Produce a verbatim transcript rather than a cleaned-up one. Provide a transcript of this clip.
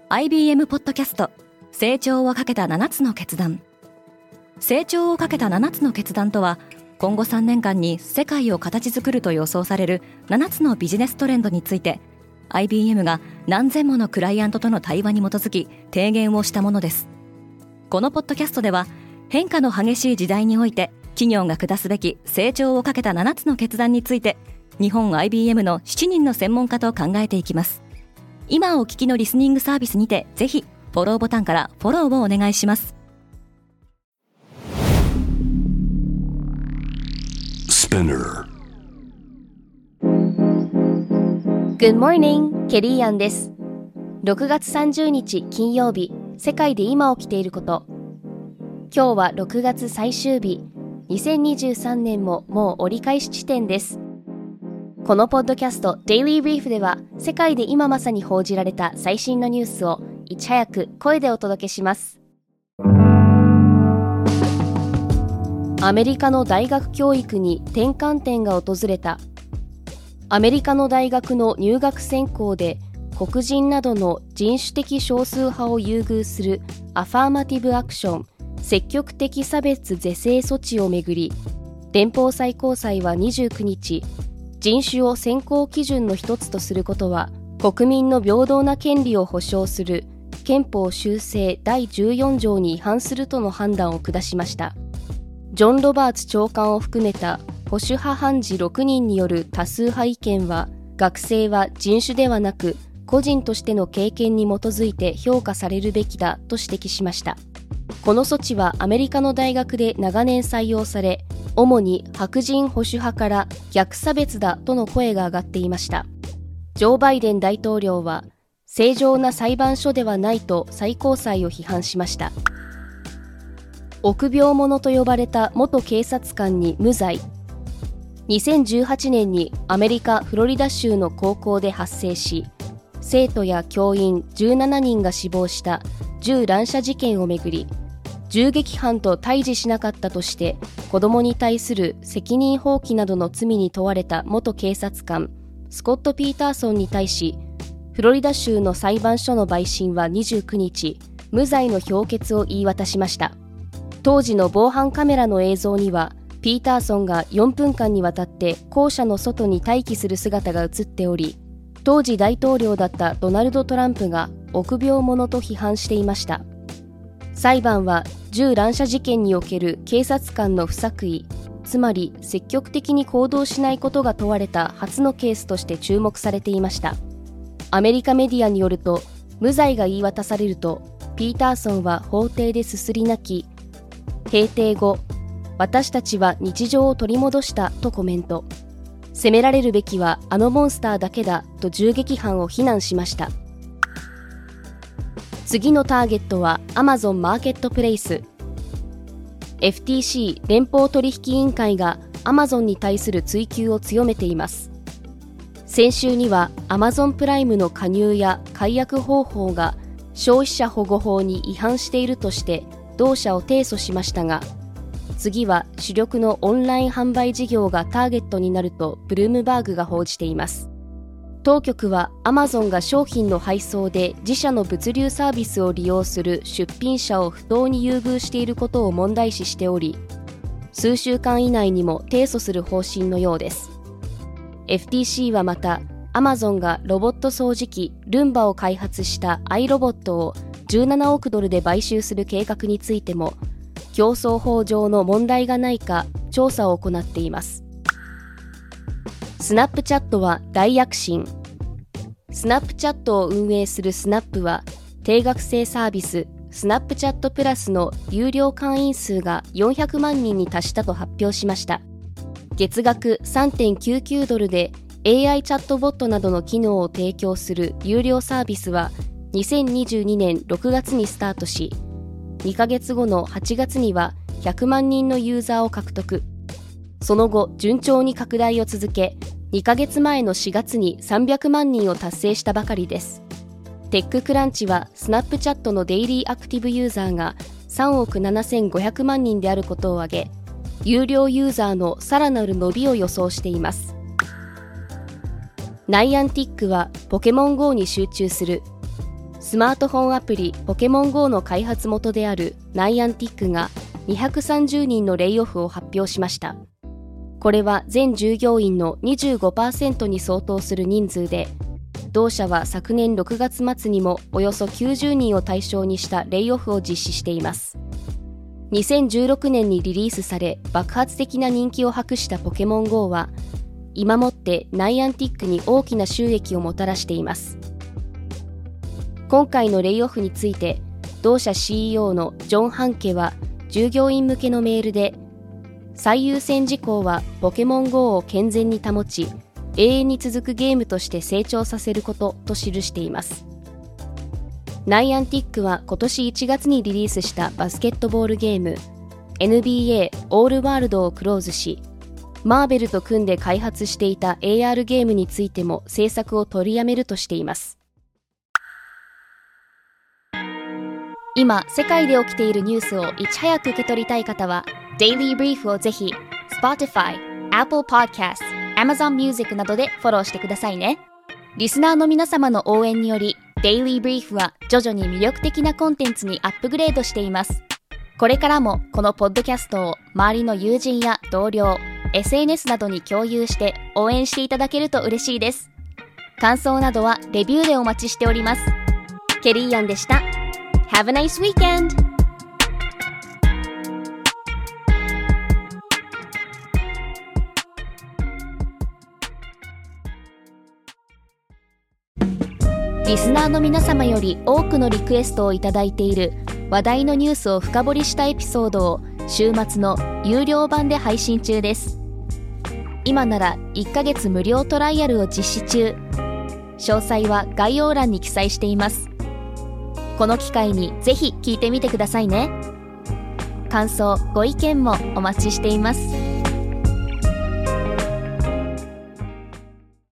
アイビーエム ポッドキャスト成長をかけたななつの決断。成長をかけたななつの決断とは、今後さんねんかんに世界を形作ると予想されるななつのビジネストレンドについて アイビーエム が何千ものクライアントとの対話に基づき提言をしたものです。このポッドキャストでは、変化の激しい時代において企業が下すべき成長をかけたななつの決断について、日本 アイビーエム のしちにんの専門家と考えていきます。今お聞きのリスニングサービスにて、ぜひフォローボタンからフォローをお願いします。 Good morning! ケリーアンです。ろくがつさんじゅうにち金曜日、世界で今起きていること。今日はろくがつ最終日、にせんにじゅうさんねんももう折り返し地点です。このポッドキャスト Daily Brief では、世界で今まさに報じられた最新のニュースをいち早く声でお届けします。アメリカの大学教育に転換点が訪れた。アメリカの大学の入学選考で、黒人などの人種的少数派を優遇するアファーマティブアクション、積極的差別是正措置をめぐり、連邦最高裁はにじゅうくにち、人種を選考基準の一つとすることは、国民の平等な権利を保障する憲法修正だいじゅうよんじょうに違反するとの判断を下しました。ジョン・ロバーツ長官を含めた保守派判事ろくにんによる多数派意見は、学生は人種ではなく個人としての経験に基づいて評価されるべきだと指摘しました。この措置はアメリカの大学で長年採用され、主に白人保守派から逆差別だとの声が上がっていました。ジョー・バイデン大統領は、正常な裁判所ではないと最高裁を批判しました。臆病者と呼ばれた元警察官に無罪。にせんじゅうはちねんにアメリカ・フロリダ州の高校で発生し、生徒や教員じゅうななにんが死亡した銃乱射事件をめぐり、銃撃犯と対峙しなかったとして子供に対する責任放棄などの罪に問われた元警察官スコット・ピーターソンに対し、フロリダ州の裁判所の陪審はにじゅうくにち、無罪の評決を言い渡しました。当時の防犯カメラの映像には、ピーターソンがよんぷんかんにわたって校舎の外に待機する姿が映っており、当時大統領だったドナルド・トランプが臆病者と批判していました。裁判は銃乱射事件における警察官の不作為、つまり積極的に行動しないことが問われた初のケースとして注目されていました。アメリカメディアによると、無罪が言い渡されると、ピーターソンは法廷ですすり泣き、閉廷後、私たちは日常を取り戻したとコメント。責められるべきはあのモンスターだけだと銃撃犯を非難しました。次のターゲットは Amazon マーケットプレイス。エフティーシー 連邦取引委員会が Amazon に対する追及を強めています。先週には Amazon プライムの加入や解約方法が消費者保護法に違反しているとして同社を提訴しましたが、次は主力のオンライン販売事業がターゲットになるとブルームバーグが報じています。当局は Amazon が商品の配送で自社の物流サービスを利用する出品者を不当に優遇していることを問題視しており、数週間以内にも提訴する方針のようです。エフティーシー はまた、Amazon がロボット掃除機ルンバを開発したアイロボットをじゅうななおくドルで買収する計画についても、競争法上の問題がないか調査を行っています。スナップチャットは大躍進。スナップチャットを運営するスナップは、定額制サービススナップチャットプラスの有料会員数がよんひゃくまんにんに達したと発表しました。月額 さんてんきゅうきゅうドルで エーアイ チャットボットなどの機能を提供する有料サービスはにせんにじゅうにねんろくがつにスタートし、にかげつごのはちがつにはひゃくまんにんのユーザーを獲得。その後順調に拡大を続け、にかげつまえのしがつにさんびゃくまんにんを達成したばかりです。テッククランチはスナップチャットのデイリーアクティブユーザーがさんおくななせんごひゃくまんにんであることを挙げ、有料ユーザーのさらなる伸びを予想しています。ナイアンティックはポケモン ゴー に集中する。 スマートフォンアプリポケモン ゴー の開発元であるナイアンティックがにひゃくさんじゅうにんのレイオフを発表しました。これは全従業員の にじゅうごパーセント に相当する人数で、同社は昨年ろくがつ末にもおよそきゅうじゅうにんを対象にしたレイオフを実施しています。にせんじゅうろくねんにリリースされ爆発的な人気を博したポケモン ゴー は、今もってナイアンティックに大きな収益をもたらしています。今回のレイオフについて、同社 シーイーオー のジョン・ハンケは従業員向けのメールで、最優先事項はポケモン ゴー を健全に保ち、永遠に続くゲームとして成長させることと記しています。ナイアンティックは今年いちがつにリリースしたバスケットボールゲーム エヌビーエー オールワールドをクローズし、マーベルと組んで開発していた エーアール ゲームについても制作を取りやめるとしています。今、世界で起きているニュースをいち早く受け取りたい方は、Daily Brief をぜひ Spotify、Apple Podcast、Amazon Music などでフォローしてくださいね。リスナーの皆様の応援により、Daily Brief は徐々に魅力的なコンテンツにアップグレードしています。これからもこのポッドキャストを周りの友人や同僚、エスエヌエス などに共有して応援していただけると嬉しいです。感想などはレビューでお待ちしております。ケリーアンでした。Have a nice weekend! リスナーの皆様より多くのリクエストをいただいている話題のニュースを深掘りしたエピソードを週末の有料版で配信中です。今ならいっかげつ無料トライアルを実施中。詳細は概要欄に記載しています。この機会にぜひ聞いてみてくださいね。感想、ご意見もお待ちしています。